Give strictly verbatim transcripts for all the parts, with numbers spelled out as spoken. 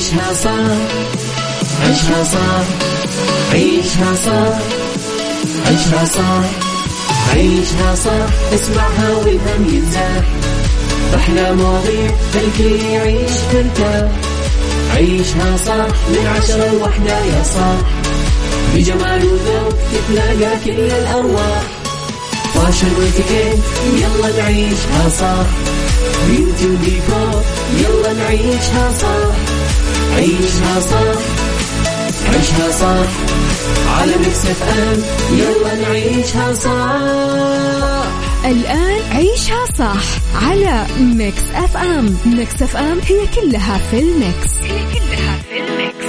عيشها صح عيشها صح عيشها صح عيشها صح عيشها صح اسمعها والهم ينزاح أحلى مواضيع خلي يعيش مرتاح عيشها صح من عشرة لوحدة يا صاح بجمال وذوق تتلاقى كل الأرواح فاشل واتيكيت يلا نعيشها صح بيوتي وديكور يلا نعيشها صح عيشها صح عيشها صح على ميكس اف ام يلا نعيشها صح. الآن عيشها صح على ميكس اف ام. ميكس اف ام هي كلها في الميكس هي كلها في الميكس.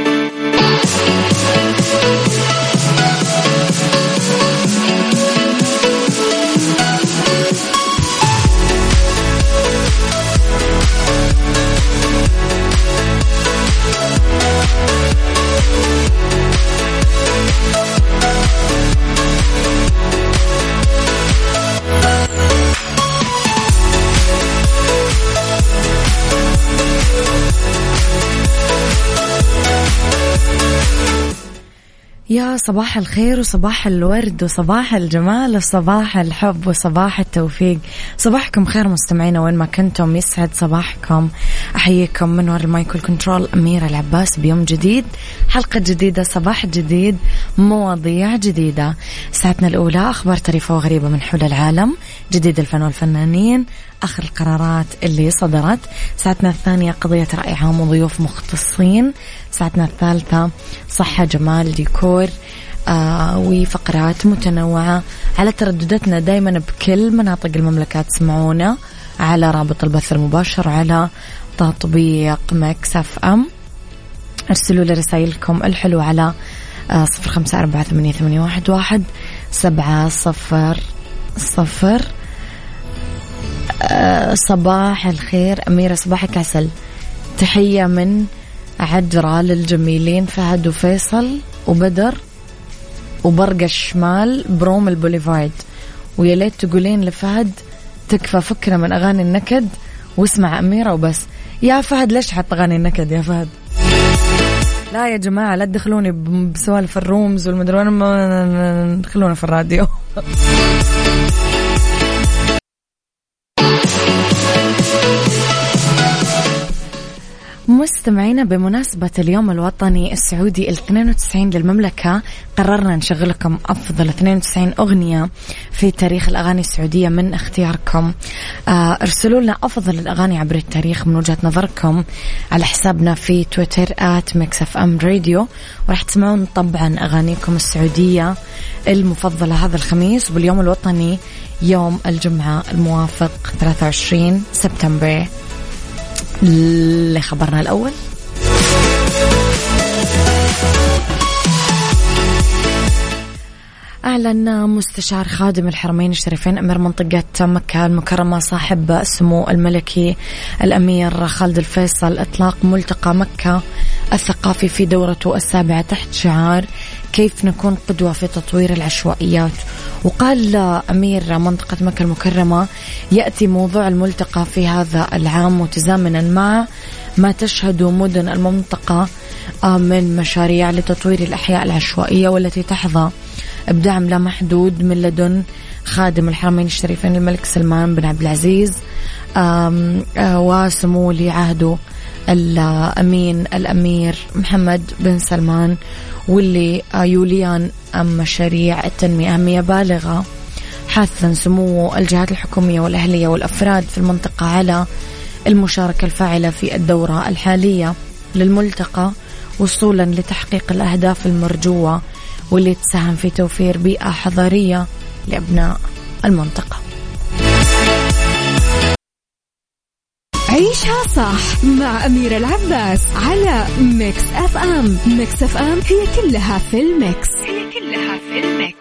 يا صباح الخير وصباح الورد وصباح الجمال وصباح الحب وصباح التوفيق. صباحكم خير مستمعينا وين ما كنتم، يسعد صباحكم. أحييكم من وراء المايكل كنترول أميرة العباس بيوم جديد، حلقة جديدة، صباح جديد، مواضيع جديدة. ساعتنا الأولى أخبار طريفة وغريبة من حول العالم، جديد الفن والفنانين، آخر القرارات اللي صدرت. ساعتنا الثانية قضية رأي عام وضيوف مختصين. ساعتنا الثالثة صحة جمال ديكور آه وفقرات متنوعة على تردداتنا دايما بكل مناطق المملكة. تسمعونا على رابط البث المباشر على تطبيق ميكس اف ام. ارسلوا لي رسائلكم الحلوة على آه صفر خمسة أربعة ثمانية ثمانية واحد واحد سبعة صفر صفر. آه صباح الخير أميرة، صباحك عسل. تحية من عجرة للجميلين فهد وفيصل وبدر وبرقة الشمال بروم البوليفارد. ويا ليت تقولين لفهد تكفى فكرة من أغاني النكد واسمع أميرة وبس. يا فهد ليش حط أغاني النكد يا فهد؟ لا يا جماعة لا تدخلوني بسوالف الرومز والمدرون، ما دخلونا في الراديو. مستمعينا، بمناسبة اليوم الوطني السعودي الاثنين وتسعين للمملكة، قررنا نشغل لكم أفضل اثنين وتسعين أغنية في تاريخ الأغاني السعودية من اختياركم. آه ارسلوا لنا أفضل الأغاني عبر التاريخ من وجهة نظركم على حسابنا في تويتر آت ميكس اف ام راديو، ورح تسمعون طبعا أغانيكم السعودية المفضلة هذا الخميس باليوم الوطني يوم الجمعة الموافق ثلاثة وعشرين سبتمبر. لخبرنا الأول، أعلن مستشار خادم الحرمين الشريفين أمير منطقة مكة المكرمة صاحب السمو الملكي الأمير خالد الفيصل إطلاق ملتقى مكة الثقافي في دورته السابعة تحت شعار كيف نكون قدوة في تطوير العشوائيات. وقال أمير منطقة مكة المكرمة يأتي موضوع الملتقى في هذا العام متزامنا مع ما تشهد مدن المنطقة من مشاريع لتطوير الأحياء العشوائية والتي تحظى بدعم لا محدود من لدن خادم الحرمين الشريفين الملك سلمان بن عبد العزيز وسمو ولي عهده الأمين الأمير محمد بن سلمان، واللي يوليان مشاريع التنمية أهمية بالغة، حثا سمو الجهات الحكومية والأهلية والأفراد في المنطقة على المشاركة الفاعلة في الدورة الحالية للملتقى وصولا لتحقيق الأهداف المرجوة واللي تساهم في توفير بيئة حضارية لأبناء المنطقة. عيشها صح مع أميرة العباس على ميكس اف ام. ميكس اف ام هي كلها في الميكس هي كلها في الميكس.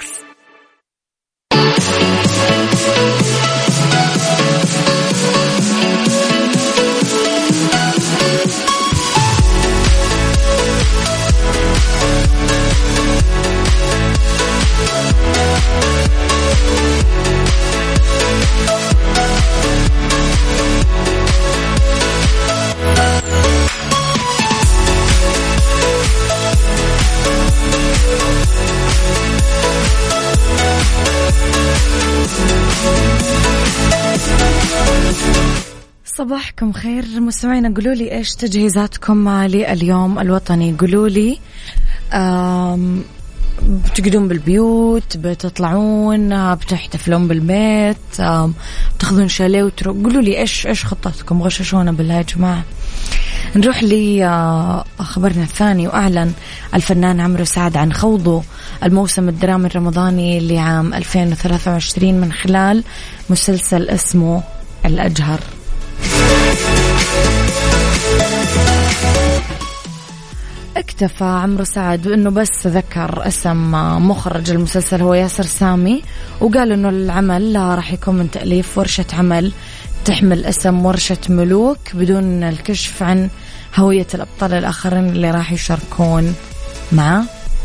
صباحكم خير مستمعينا. قولوا لي إيش تجهيزاتكم لليوم الوطني. قولوا لي بتقعدون بالبيوت، بتطلعون، بتحتفلون بالبيت، بتاخذون شاليه وتروح. قولوا لي إيش إيش خطتكم، غششونا بالله يا جماعة. نروح لخبرنا الثاني. وأعلن الفنان عمرو سعد عن خوضه الموسم الدرامي الرمضاني لعام ألفين وثلاثة وعشرين من خلال مسلسل اسمه الأجهر. اكتفى عمرو سعد بأنه بس ذكر اسم مخرج المسلسل هو ياسر سامي، وقال أنه العمل راح يكون من تأليف ورشة عمل تحمل اسم ورشة ملوك، بدون الكشف عن هوية الأبطال الآخرين اللي راح يشاركون معه.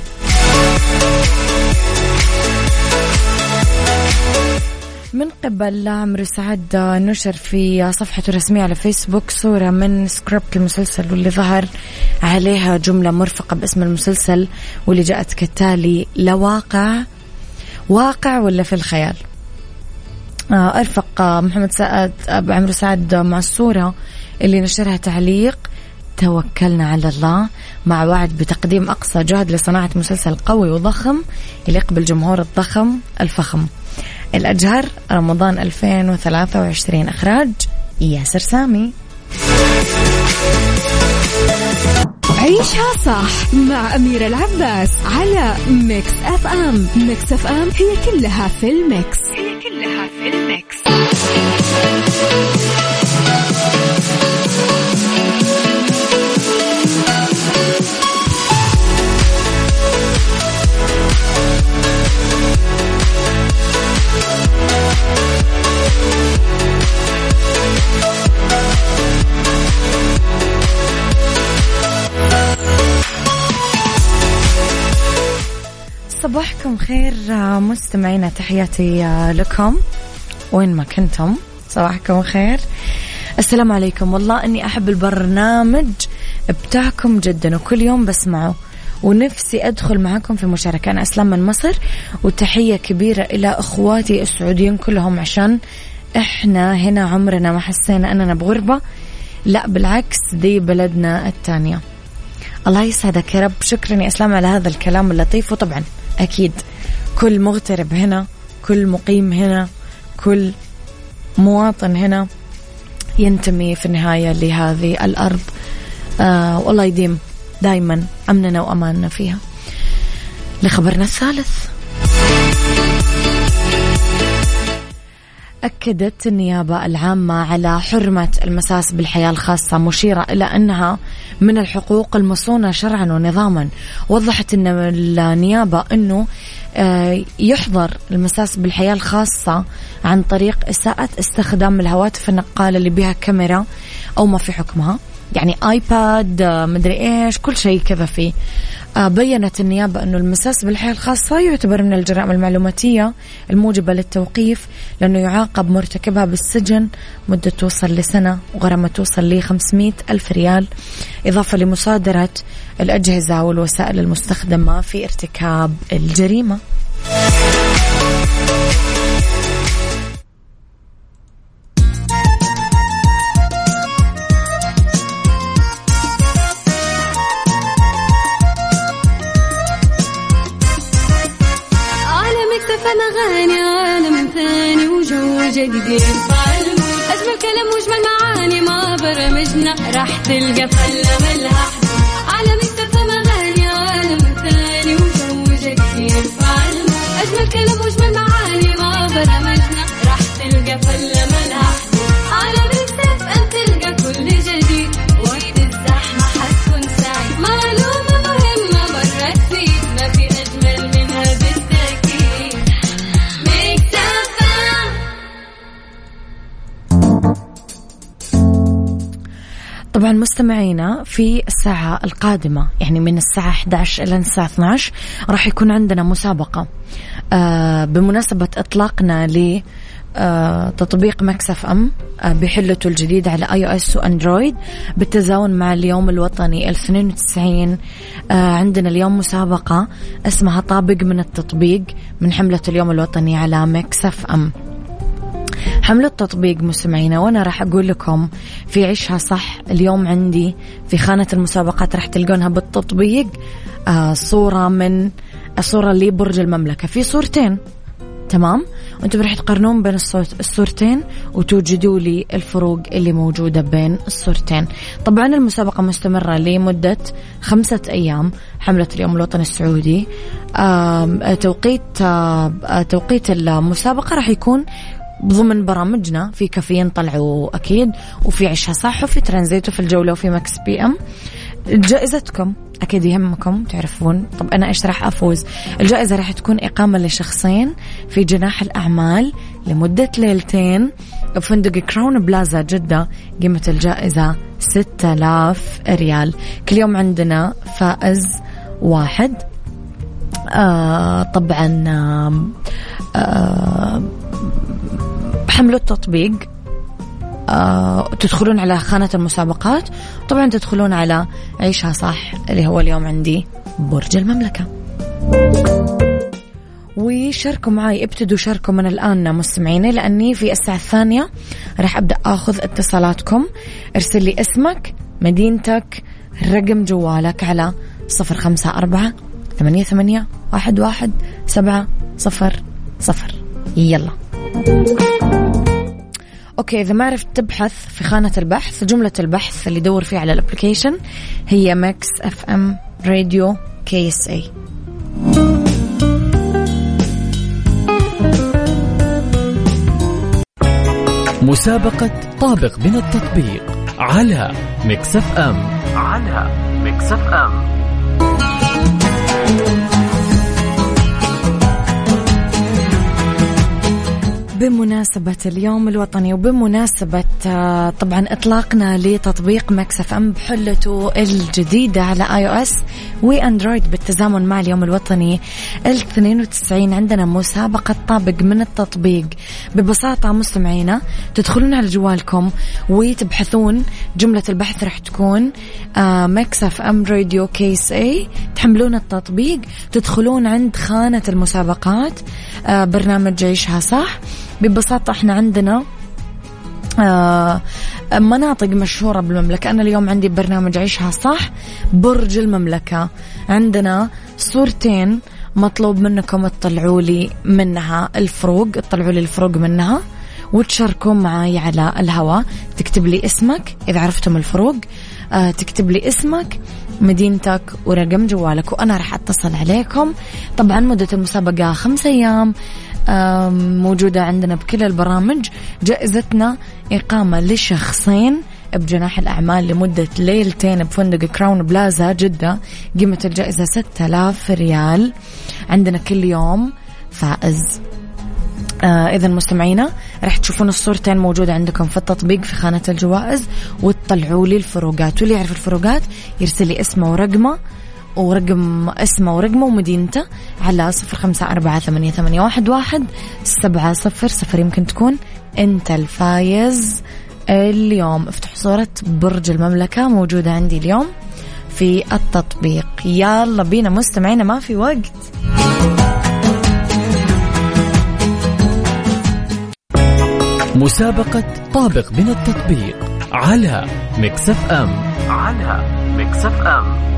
من قبل عمرو سعد نشر في صفحته الرسمية على فيسبوك صورة من سكريبت المسلسل، واللي ظهر عليها جملة مرفقة باسم المسلسل، واللي جاءت كالتالي: لا واقع واقع ولا في الخيال. أرفق محمد سعد عمرو سعد مع الصورة اللي نشرها تعليق: توكلنا على الله، مع وعد بتقديم أقصى جهد لصناعة مسلسل قوي وضخم يليق بالجمهور الضخم الفخم. الأجهر رمضان ألفين وثلاثة وعشرين، إخراج ياسر سامي. عيشها صح مع أميرة العباس على ميكس أف أم. ميكس أف أم هي كلها في الميكس، هي كلها في الميكس. صباحكم خير مستمعينا، تحياتي لكم وين ما كنتم. صباحكم خير، السلام عليكم. والله أني أحب البرنامج بتاعكم جدا وكل يوم بسمعه، ونفسي أدخل معكم في مشاركة. أنا أسلام من مصر، وتحية كبيرة إلى أخواتي السعوديين كلهم، عشان إحنا هنا عمرنا ما حسينا أننا بغربة، لا بالعكس دي بلدنا الثانية. الله يسعدك يا رب. شكرا يا أسلام على هذا الكلام اللطيف. وطبعا أكيد كل مغترب هنا، كل مقيم هنا، كل مواطن هنا ينتمي في النهاية لهذه الأرض، آه والله يديم دايما أمننا وأماننا فيها. لخبرنا الثالث. أكدت النيابة العامة على حرمة المساس بالحياة الخاصة، مشيرة إلى أنها من الحقوق المصونة شرعا ونظاما. وضحت أن النيابة أنه يحظر المساس بالحياة الخاصة عن طريق إساءة استخدام الهواتف النقالة اللي بها كاميرا أو ما في حكمها، يعني آيباد مدري إيش، كل شيء كذا فيه. بيّنت النيابة أنه المساس بالحياة الخاصة يعتبر من الجرائم المعلوماتية الموجبة للتوقيف، لأنه يعاقب مرتكبها بالسجن مدة توصل لسنة وغرامة توصل ل خمسمائة ألف ريال، إضافة لمصادرة الأجهزة والوسائل المستخدمة في ارتكاب الجريمة. أغاني عالم ثاني وجو جديد، أجمل كلام وجمل معاني، ما برمجنا راح تلقى فلة ملها على مكتفى. أغاني عالم ثاني وجو جديد، أجمل كلام وجمل معاني، ما برمجنا راح تلقى فلة ملها على مكتفى. أن تلقى كل جديد، وين الزحمة حتكون سعيد، معلومة مهمة مرة تفيد، ما في أجمل منها بالتأكيد. طبعا مستمعينا في الساعة القادمة، يعني من الساعة إحدى عشر إلى الساعة اثنتي عشرة راح يكون عندنا مسابقة آه بمناسبة إطلاقنا ل آه تطبيق ميكس أف أم آه بحلته الجديد على آي أو إس وأندرويد بالتزاون مع اليوم الوطني الاثنين وتسعين. آه عندنا اليوم مسابقة اسمها طابق من التطبيق من حملة اليوم الوطني على ميكس أف أم. حملوا التطبيق مستمعينا، وأنا راح أقول لكم في عيشها صح اليوم عندي في خانة المسابقات راح تلقونها بالتطبيق آه صورة من الصورة اللي برج المملكة، في صورتين تمام، وانتم راح تقارنون بين الصورتين وتوجدوا لي الفروق اللي موجودة بين الصورتين. طبعا المسابقة مستمرة لمدة خمسة أيام، حملة اليوم الوطني السعودي. آه توقيت آه توقيت المسابقة راح يكون ضمن برامجنا في كافيين طلعوا أكيد، وفي عيشها صح، وفي ترانزيت، وفي الجولة، وفي مكس بي أم. جائزتكم أكيد يهمكم تعرفون. طب أنا إيش راح أفوز؟ الجائزة راح تكون إقامة لشخصين في جناح الأعمال لمدة ليلتين بفندق كراون بلازا جدة. قيمة الجائزة ستة آلاف ريال. كل يوم عندنا فائز واحد. آه طبعا آه آه حملوا التطبيق، آه، تدخلون على خانة المسابقات، طبعا تدخلون على عيشها صح اللي هو اليوم عندي برج المملكة، وشاركوا معي. ابتدوا شاركوا من الآن مستمعيني، لأني في الساعة الثانية راح أبدأ أخذ اتصالاتكم. ارسل لي اسمك، مدينتك، رقم جوالك على صفر خمسة أربعة ثمانية ثمانية واحد واحد سبعة صفر صفر. يلا أوكي، إذا ما عرفت تبحث في خانة البحث، جملة البحث اللي دور فيها على الابليكيشن هي ميكس اف ام راديو كي اس اي. مسابقة طابق من التطبيق على ميكس اف ام على ميكس اف ام. بمناسبة اليوم الوطني، وبمناسبة طبعا إطلاقنا لتطبيق ميكس اف ام بحلته الجديدة على آي أو إس وأندرويد بالتزامن مع اليوم الوطني الاثنين وتسعين، عندنا مسابقة طابق من التطبيق. ببساطة مستمعينا تدخلون على جوالكم وتبحثون، جملة البحث رح تكون ميكس اف ام راديو كيس اي، تحملون التطبيق، تدخلون عند خانة المسابقات برنامج عيشها صح. ببساطة احنا عندنا آه مناطق مشهورة بالمملكة. أنا اليوم عندي برنامج عيشها صح برج المملكة، عندنا صورتين مطلوب منكم تطلعوا لي منها الفروق، تطلعوا لي الفروق منها وتشاركون معي على الهواء. تكتب لي اسمك إذا عرفتم الفروق، آه تكتب لي اسمك، مدينتك، ورقم جوالك، وأنا راح أتصل عليكم. طبعا مدة المسابقة خمسة أيام، موجودة عندنا بكل البرامج. جائزتنا إقامة لشخصين بجناح الأعمال لمدة ليلتين بفندق كراون بلازا جدة. قيمة الجائزة ستة آلاف ريال. عندنا كل يوم فائز. آه إذا مستمعينا رح تشوفون الصورتين موجودة عندكم في التطبيق في خانة الجوائز، وتطلعوا لي الفروقات، واللي يعرف الفروقات يرسل لي اسمه ورقمه ورقم اسمه ورقمه ومدينته على صفر خمسة أربعة ثمانية ثمانية واحد واحد سبعة صفر صفر. يمكن تكون أنت الفايز اليوم. افتح صورة برج المملكة موجودة عندي اليوم في التطبيق. يلا بينا مستمعينا، ما في وقت. مسابقة طابق من التطبيق على ميكس اف ام على ميكس اف ام.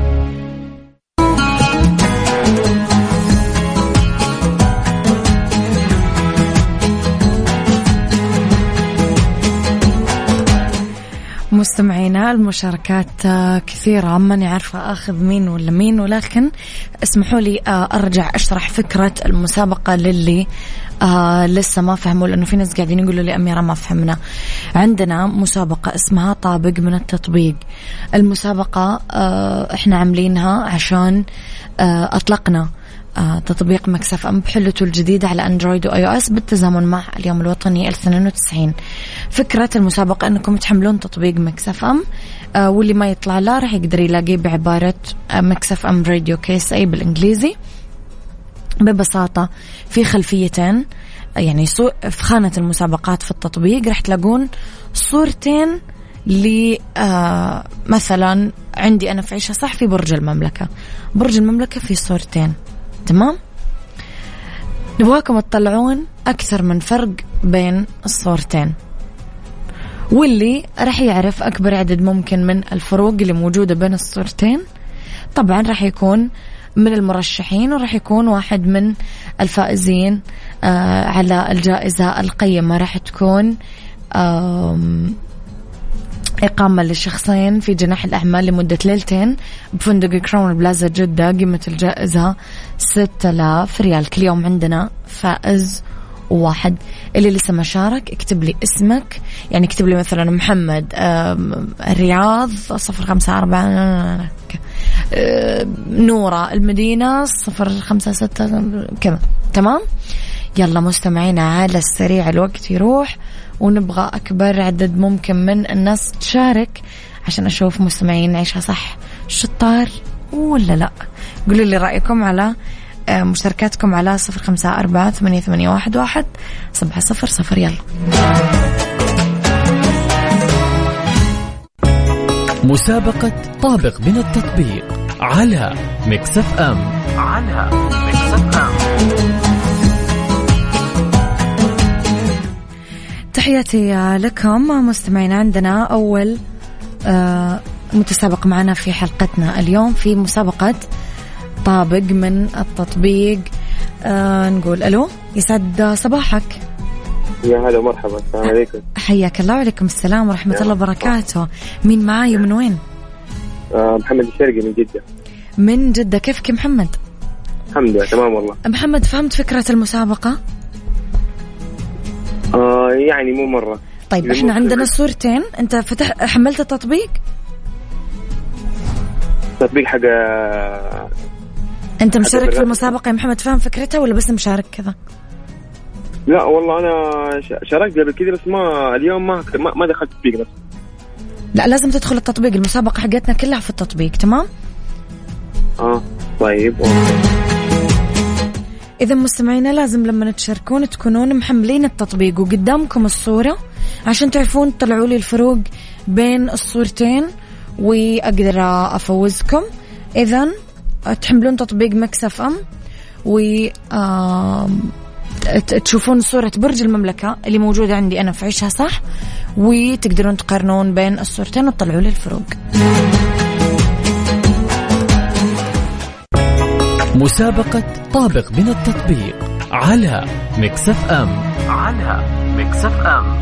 مستمعينا المشاركات كثيرة، ماني عارفة أخذ مين ولا مين، ولكن اسمحوا لي أرجع أشرح فكرة المسابقة للي آه لسه ما فهموا، لأنه في ناس قاعدين يقولوا لي أميرة ما فهمنا. عندنا مسابقة اسمها طابق من التطبيق. المسابقة آه إحنا عاملينها عشان آه أطلقنا آه تطبيق ميكس اف ام بحلته الجديدة على أندرويد وآي أو إس بالتزامن مع اليوم الوطني الاثنين وتسعين. فكرة المسابقة أنكم تحملون تطبيق ميكس اف ام، آه واللي ما يطلع له راح يقدر يلاقيه بعبارة آه ميكس اف ام راديو كيس اي بالإنجليزي. ببساطة في خلفيتين، يعني في خانة المسابقات في التطبيق راح تلاقون صورتين لي آه مثلا عندي أنا في عيشها صح في برج المملكة. برج المملكة في صورتين، تمام؟ نبغاكم تطلعون أكثر من فرق بين الصورتين، واللي راح يعرف أكبر عدد ممكن من الفروق اللي موجودة بين الصورتين طبعا راح يكون من المرشحين، وراح يكون واحد من الفائزين آه على الجائزة القيمة. راح تكون إقامة للشخصين في جناح الأعمال لمدة ليلتين بفندق كراون بلازا جدة. قيمة الجائزة ستة آلاف ريال. كل يوم عندنا فائز واحد. اللي لسه ما شارك اكتب لي اسمك، يعني اكتب لي مثلا محمد الرياض صفر خمسة أربعة، نورة المدينة صفر خمسة ستة كذا. تمام، يلا مستمعينا على السريع، الوقت يروح ونبغى أكبر عدد ممكن من الناس تشارك عشان أشوف مستمعين عيشها صح شطار ولا لا. قولوا لي رأيكم على مشاركاتكم على صفر خمسة أربعة ثمانية ثمانية واحد واحد سبعة صفر صفر. يلا مسابقة طابق من التطبيق على ميكس اف ام. على ميكس اف ام. تحياتي لكم مستمعين. عندنا أول متسابق معنا في حلقتنا اليوم في مسابقة طابق من التطبيق. آه نقول ألو، يسعد صباحك. يا هلا مرحبا، السلام عليكم. حياك الله. وعليكم السلام ورحمة الله وبركاته. مين معاي ومن وين؟ آه محمد الشرقي من جدة. من جدة، كيفك محمد؟ الحمد لله تمام والله. محمد فهمت فكرة المسابقة؟ آه يعني مو مرة. طيب احنا عندنا صورتين، انت فتح حملت التطبيق؟ تطبيق حاجة. انت مشارك في المسابقة يا محمد، فاهم فكرتها ولا بس مشارك كذا؟ لا والله انا شاركت قبل كذا بس ما اليوم ما ما دخلت التطبيق نفسه. لا لازم تدخل التطبيق، المسابقة حقتنا كلها في التطبيق. تمام؟ اه طيب. إذا مستمعينا لازم لما تشاركون تكونون محملين التطبيق وقدامكم الصورة عشان تعرفون تطلعوا لي الفروق بين الصورتين وأقدر أفوزكم. إذن تحملون تطبيق ميكس اف ام وتشوفون صورة برج المملكة اللي موجودة عندي أنا في عيشها صح، وتقدرون تقارنون بين الصورتين وتطلعوا لي الفروق. مسابقة طابق من التطبيق على ميكس اف ام. على ميكس اف ام.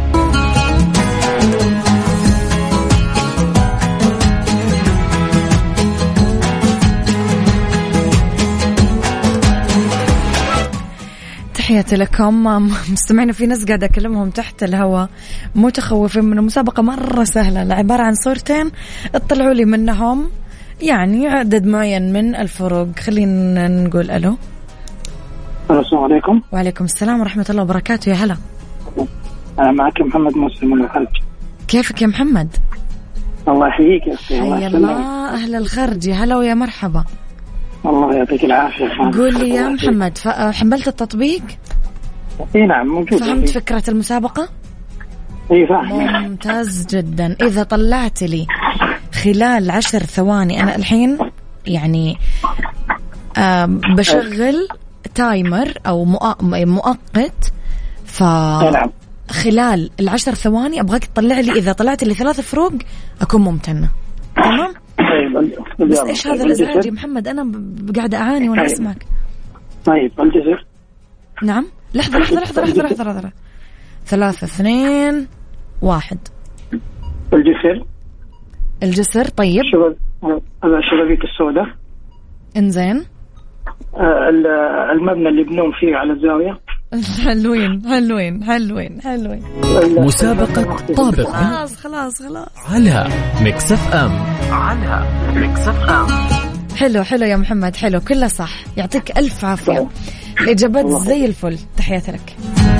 تحياتي لكم مستمعين. في ناس قاعدة أكلمهم تحت الهواء متخوفين من المسابقة، مرة سهلة، عبارة عن صورتين اطلعوا لي منهم يعني عدد معين من الفروق. خلينا نقول ألو. السلام عليكم. وعليكم السلام ورحمة الله وبركاته. يا هلا. أنا معك محمد موسى من الخرج. كيفك يا محمد؟ الله يحييك يا أختي. حيا الله أهل الخرج. يا هلا ويا مرحبا. الله يعطيك العافية. قول لي يا محمد، حملت التطبيق؟ اي نعم موجود. فهمت فكرة المسابقة؟ اي فاهم. ممتاز جدا. إذا طلعت لي خلال عشر ثواني، أنا الحين يعني آه بشغل تايمر أو مؤقت، فخلال العشر ثواني أبغاك تطلع لي، إذا طلعت لي ثلاث فروق أكون ممتنة. تمام؟ بس إيش هذا الإزعاج يا محمد؟ أنا قاعدة أعاني وأنا أسمعك. طيب الجسر. نعم. لحظة لحظة لحظة لحظة لحظة لحظة. ثلاثة اثنين واحد. الجسر. الجسر. طيب. الشبابيك السوداء. إنزين. المبنى اللي بنوم فيه على الزاوية. حلوين حلوين حلوين حلوين. مسابقة طابق. خلاص خلاص خلاص. على ميكس اف ام. على ميكس اف ام. حلو حلو يا محمد، حلو كله صح. يعطيك ألف عافية. الإجابات زي الفل. تحياتي لك.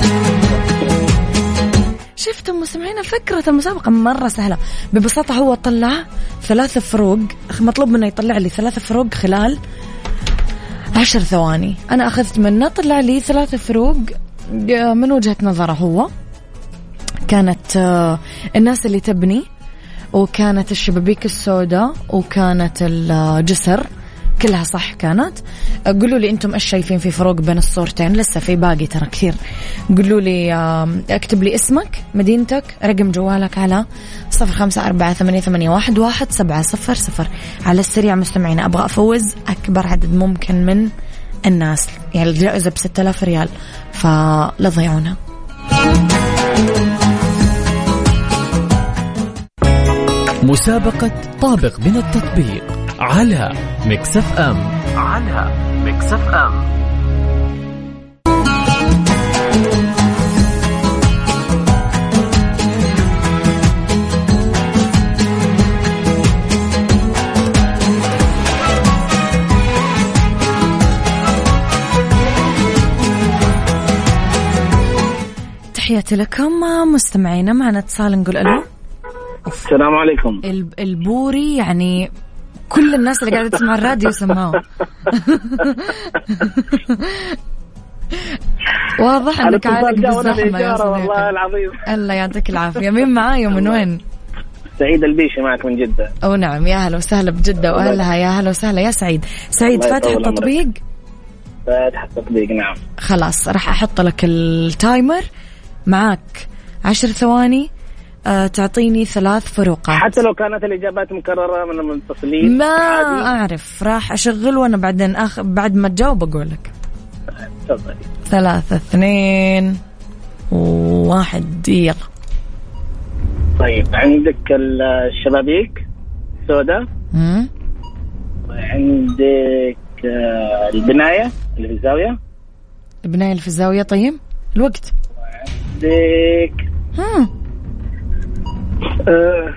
شفتم مستمعين فكرة المسابقة مرة سهلة ببساطة. هو طلع ثلاث فروق، مطلوب منه يطلع لي ثلاث فروق خلال عشر ثواني. أنا أخذت منه طلع لي ثلاث فروق من وجهة نظره هو. كانت الناس اللي تبني، وكانت الشبابيك السوداء، وكانت الجسر. كلها صح كانت. قولوا لي أنتم إيش شايفين في فروق بين الصورتين، لسه في باقي ترى كثير. قولوا لي، اكتب لي اسمك، مدينتك، رقم جوالك على صفر خمسة أربعة ثمانية ثمانية واحد واحد سبعة صفر صفر. على السريع مستمعين، أبغى أفوز أكبر عدد ممكن من الناس، يعني الجائزة بستة آلاف ريال، فلا تضيعونها. مسابقة طابق من التطبيق على ميكس اف ام. على ميكس اف ام. تحياتي لكم مستمعينا، معنا اتصال، نقول ألو. السلام عليكم. البوري يعني كل الناس اللي قاعدة تسمع الراديو سمعوا. واضح انك عالق بالزحمة يا صديقي. والله العظيم. الله يعطيك العافية. مين معاي ومن وين؟ سعيد البيشي معك من جدة. أو نعم، يا هلا وسهلا بجدة وأهلها، يا هلا وسهلا يا سعيد. سعيد فاتح التطبيق؟ فاتح التطبيق نعم. خلاص راح أحط لك التايمر، معك عشر ثواني، أه تعطيني ثلاث فروقات. حتى لو كانت الإجابات مكررة من المتصلين ما عادي. أعرف، راح أشغل وأنا بعدين أخ... بعد ما تجاوب أقولك. تفضلي. ثلاثة اثنين واحد يلا. طيب عندك الشبابيك سوداء، وعندك البناية اللي في الزاوية. البناية اللي في الزاوية. طيب الوقت. وعندك ها آه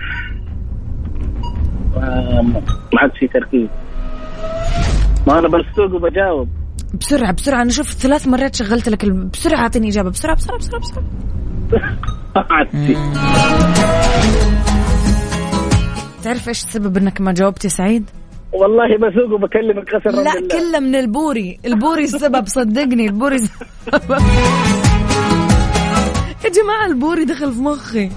ما عاد في تركيز، ما أنا بالسوق وبجاوب بسرعة بسرعة. أنا شوف ثلاث مرات شغلت لك ال... بسرعة أعطيني إجابة بسرعة بسرعة بسرعة بسرعة. تعرف إيش السبب إنك ما جاوبتي سعيد؟ والله بسوق وبكلمك قسما لا كله من البوري. البوري السبب، صدقني البوري السبب. يا جماعة البوري دخل في مخي.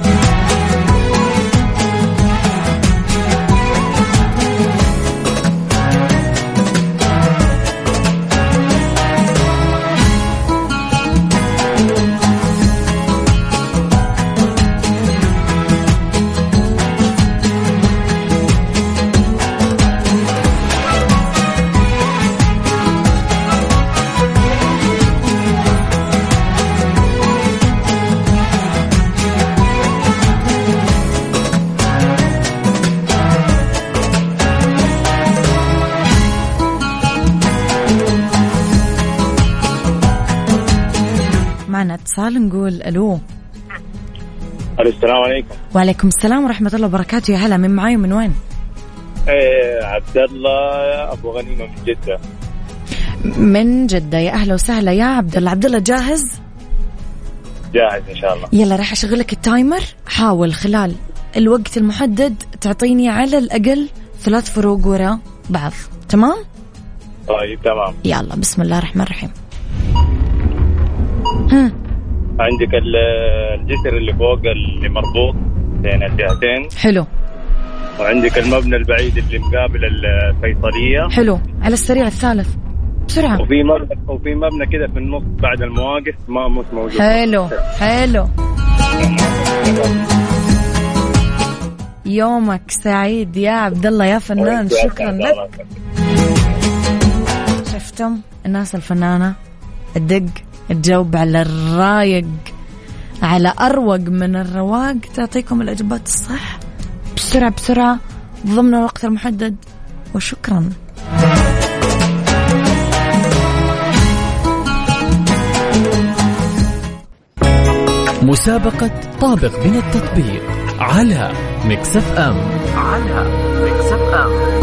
معنا اتصال، نقول ألو. السلام عليكم. وعليكم السلام ورحمة الله وبركاته. يا هلا، من معاي ومن وين؟ ايه عبد الله أبو غنيمة من جدة. من جدة، يا أهلا وسهلا يا عبد الله. عبد الله جاهز؟ جاهز إن شاء الله. يلا راح أشغلك التايمر. حاول خلال الوقت المحدد تعطيني على الأقل ثلاث فروق وراء بعض، تمام؟ طيب تمام. يلا بسم الله الرحمن الرحيم. هم. عندك الجسر اللي فوق اللي مربوط بين الجهتين. حلو. وعندك المبنى البعيد اللي مقابل الفيصلية. حلو. على السريع الثالث بسرعة. وفي مبنى وفي مبنى كده في النص بعد المواقف ما مش موجود. حلو حلو. يومك سعيد يا عبد الله يا فنان. شكرا لك. شفتم الناس الفنانة الدق تجاوب على الرايق، على أروق من الرواق، تعطيكم الإجابات الصح بسرعة بسرعة ضمن الوقت المحدد. وشكرا. مسابقة طابق من التطبيق على ميكس اف ام. على ميكس اف ام.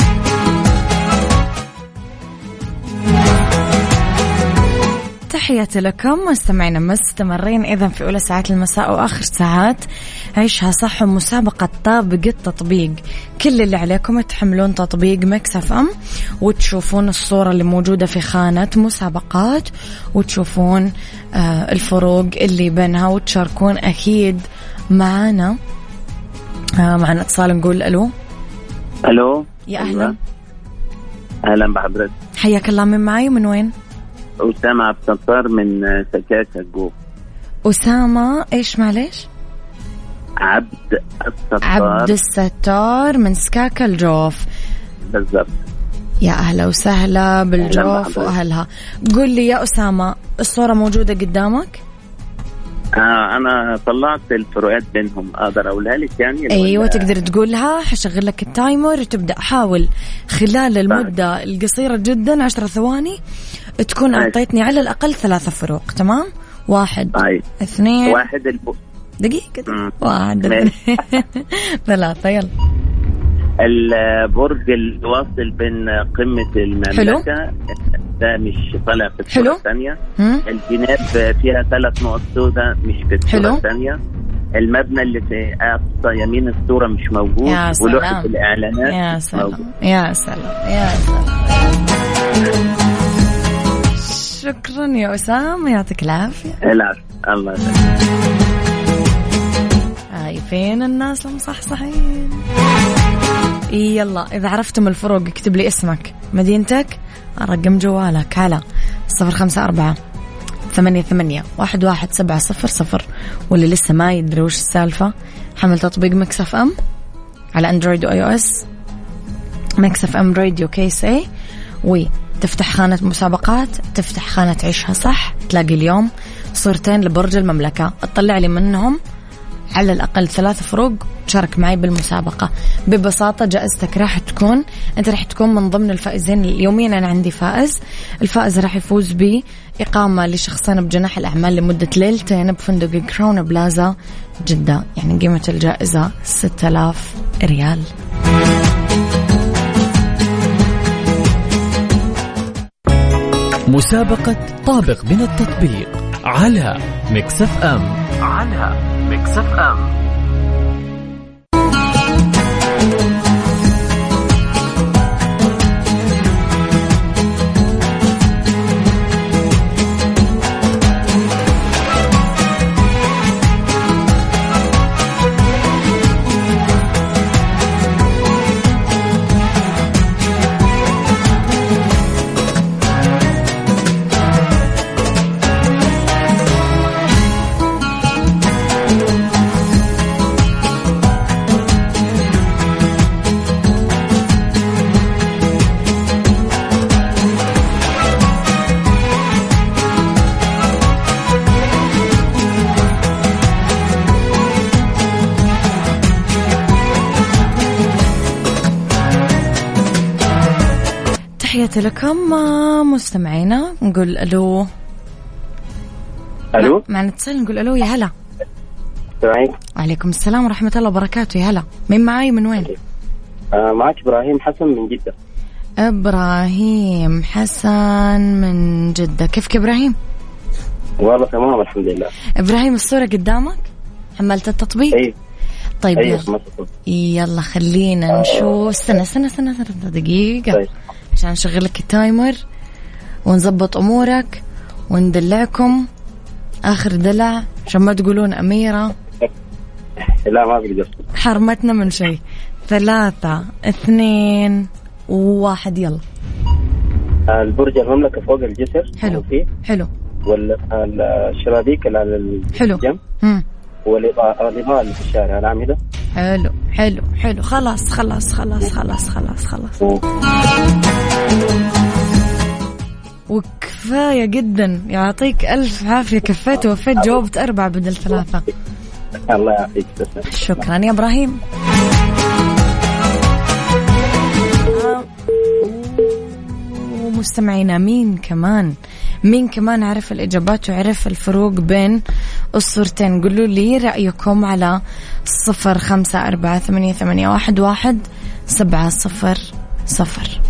تحياتي تحياتي لكم مستمعينا مستمرين إذا في أولى ساعات المساء وآخر ساعات عيشها صح مسابقة طابق التطبيق. كل اللي عليكم تحملون تطبيق ميكس اف ام وتشوفون الصورة اللي موجودة في خانة مسابقات وتشوفون آه الفروق اللي بينها وتشاركون أكيد معنا. آه معنا اتصال نقول ألو. ألو يا أهلا. أهلا بحضرتك. حياك الله. من معي من وين؟ أسامة عبد الستار من سكاكة جو. أسامة إيش معليش؟ عبد الستار. عبد الستار من سكاكة الجوف. بالضبط. يا أهلا وسهلا بالجوف وأهلها. قل لي يا أسامة الصورة موجودة قدامك؟ آه أنا طلعت الفروقات بينهم، أقدر أقولها لك يعني؟ أيوة تقدر تقولها. حشغل لك التايمر وتبدأ. حاول خلال المدة القصيرة جدا عشر ثواني تكون أعطيتني على الأقل ثلاثة فروق. تمام؟ واحد طيب. اثنين واحد الب... دقيقة. واحد ثلاثة. يلا. البرج الواصل بين قمة المملكة. حلو. ده مش طالع في الصورة الثانية. الجناب فيها ثلاث نقط سوداء مش في الصورة الثانية. المبنى اللي في أقصى يمين الصورة مش موجود. ولوحة الإعلانات يا مش سلام. موجود. يا سلام يا سلام. شكرا يا أسامة يعطيك العافية. العافية. الله يسلمك. هاي فين الناس المصحصحين. يلا إذا عرفتم الفروق اكتب لي اسمك مدينتك رقم جوالك على صفر خمسة أربعة ثمانية ثمانية واحد واحد سبعة صفر صفر. واللي لسه ما يدري وش السالفة حمل تطبيق ميكس اف ام على اندرويد واي او اس. ميكس اف ام راديو كيس اي وتفتح خانة مسابقات تفتح خانة عيشها صح تلاقي اليوم صورتين لبرج المملكة اطلع لي منهم على الأقل ثلاث فروق تشارك معي بالمسابقة. ببساطة جائزتك راح تكون أنت راح تكون من ضمن الفائزين. اليومين أنا عندي فائز. الفائز راح يفوز بإقامة لشخصين بجناح الأعمال لمدة ليلتين بفندق كراون بلازا جدة. يعني قيمة الجائزة ستة آلاف ريال. مسابقة طابق من التطبيق على ميكس اف ام. على ميكس اف ام. تحياتي لكم مستمعينا. نقول ألو. ألو معنا اتصال نقول ألو. يا هلا. السلام عليكم السلام ورحمة الله وبركاته. يا هلا. مين معاي من وين؟ آه معك إبراهيم حسن من جدة. إبراهيم حسن من جدة. كيفك إبراهيم؟ والله تمام الحمد لله. إبراهيم الصورة قدامك حملت التطبيق؟ أيه. طيب أيه. يلا. يلا خلينا نشوف. استنى استنى استنى دقيقة. طيب. عشان نشغل لك التايمر ونزبط أمورك وندلعكم آخر دلع عشان ما تقولون أميرة. لا ما بقدر. حرمتنا من شيء. ثلاثة اثنين واحد. يلا. البرج المملكة فوق الجسر. حلو حلو. ولا الشبابيك على الجنب. حلو. والإضاءة اللي في الشارع الأعمدة. حلو حلو حلو. خلاص خلاص خلاص خلاص خلاص خلاص. وكفاية جدا. يعطيك ألف عافية. كفيت ووفيت. جاوبت أربعة بدل ثلاثة. الله يعافيك. شكرا يا إبراهيم. ومستمعينا مين كمان مين كمان عرف الإجابات وعرف الفروق بين الصورتين؟ قولوا لي رأيكم على صفر خمسة أربعة ثمانية ثمانية واحد واحد سبعة صفر صفر.